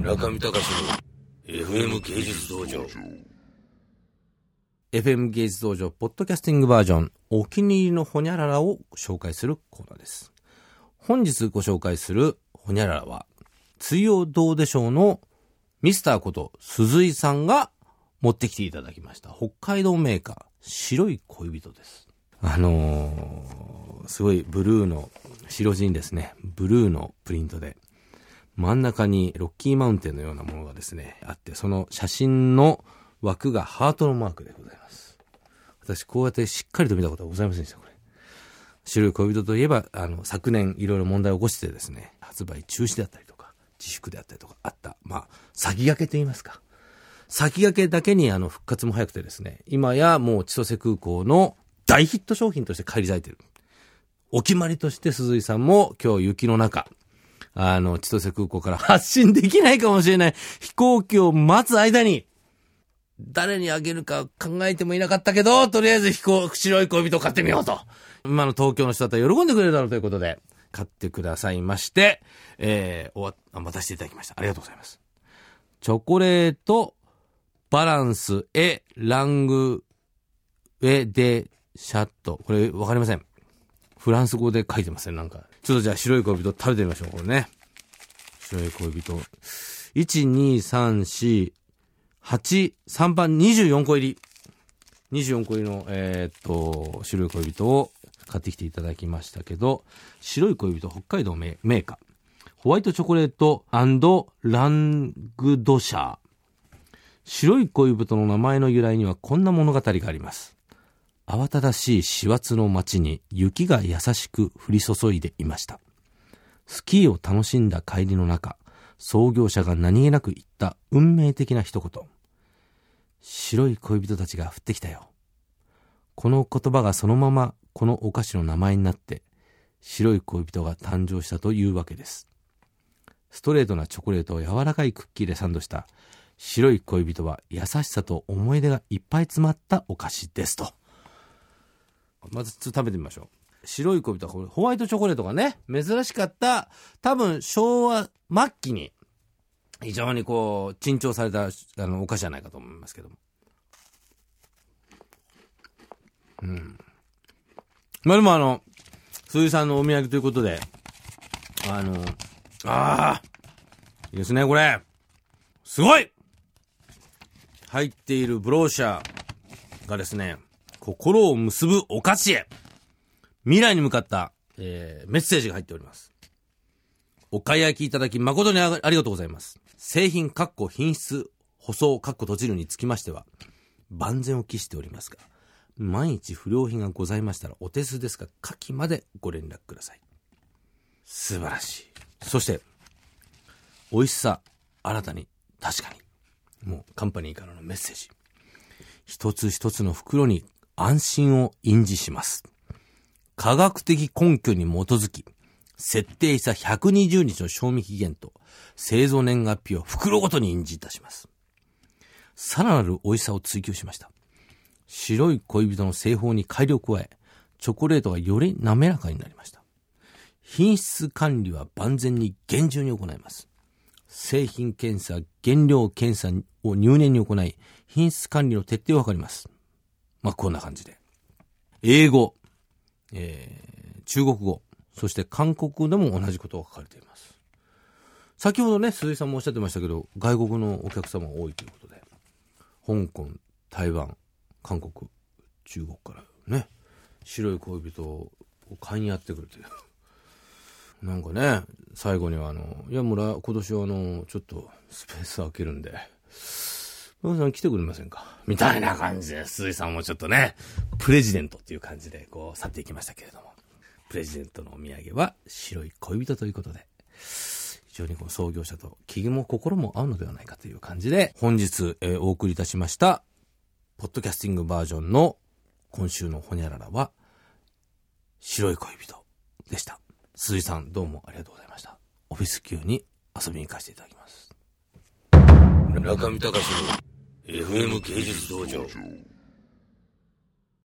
中見隆の FM 芸術道場。 FM 芸術道場ポッドキャスティングバージョン、お気に入りのホニャララを紹介するコーナーです。本日ご紹介するホニャララは、水曜どうでしょうのミスターこと鈴井さんが持ってきていただきました北海道メーカー白い恋人です。すごいブルーの白地にですね、ブルーのプリントで真ん中にロッキーマウンテンのようなものがですねあって、その写真の枠がハートのマークでございます。私こうやってしっかりと見たことはございませんでした。これ白い恋人といえば昨年いろいろ問題を起こしてですね、発売中止であったりとか自粛であったりとかあった、先駆けと言いますか、先駆けだけに復活も早くてですね、今やもう千歳空港の大ヒット商品として返り咲いている。お決まりとして鈴井さんも今日雪の中千歳空港から発信できないかもしれない飛行機を待つ間に、誰にあげるか考えてもいなかったけど、とりあえず白い恋人を買ってみようと。今の東京の人だったら喜んでくれるだろうということで、買ってくださいまして、待たせていただきました。ありがとうございます。チョコレート、バランス、ラング、デ、シャット。これわかりません。フランス語で書いてますね、なんか。ちょっとじゃあ白い恋人食べてみましょう、これね。白い恋人。1、2、3、4、8、3番24個入り。24個入りの、白い恋人を買ってきていただきましたけど、白い恋人北海道メーカー。ホワイトチョコレート&ラングドシャー。白い恋人の名前の由来にはこんな物語があります。慌ただしい師走の街に雪が優しく降り注いでいました。スキーを楽しんだ帰りの中、創業者が何気なく言った運命的な一言。白い恋人たちが降ってきたよ。この言葉がそのままこのお菓子の名前になって、白い恋人が誕生したというわけです。ストレートなチョコレートを柔らかいクッキーでサンドした白い恋人は優しさと思い出がいっぱい詰まったお菓子ですと。まず食べてみましょう。白い恋人はこれホワイトチョコレートがね、珍しかった、多分昭和末期に非常に珍重されたお菓子じゃないかと思いますけども。でも鈴井さんのお土産ということで、いいですね、これ。すごい！入っているブローシャーがですね、心を結ぶお菓子へ。未来に向かった、メッセージが入っております。お買い上げいただき誠にありがとうございます。製品品質舗装閉じるにつきましては万全を期しておりますが、万一不良品がございましたらお手数ですが下記までご連絡ください。素晴らしい。そして美味しさ新たに確かに、もうカンパニーからのメッセージ、一つ一つの袋に安心を印字します。科学的根拠に基づき設定した120日の賞味期限と製造年月日を袋ごとに印字いたします。さらなる美味しさを追求しました。白い恋人の製法に改良を加え、チョコレートがより滑らかになりました。品質管理は万全に厳重に行います。製品検査、原料検査を入念に行い、品質管理の徹底を図ります。こんな感じで。英語、中国語、そして韓国語でも同じことが書かれています。先ほどね、鈴井さんもおっしゃってましたけど、外国のお客様が多いということで、香港、台湾、韓国、中国からね、白い恋人を買いにやってくるという。なんかね、最後にはいやもう今年はちょっとスペース空けるんで、皆さん来てくれませんかみたいな感じで、鈴井さんもちょっとね、プレジデントっていう感じで去っていきましたけれども、プレジデントのお土産は白い恋人ということで、非常に創業者と気も心も合うのではないかという感じで、本日、お送りいたしましたポッドキャスティングバージョンの今週のホニャララは白い恋人でした。鈴井さんどうもありがとうございました。オフィス級に遊びに行かせていただきます。 中見隆の FM 芸術道場。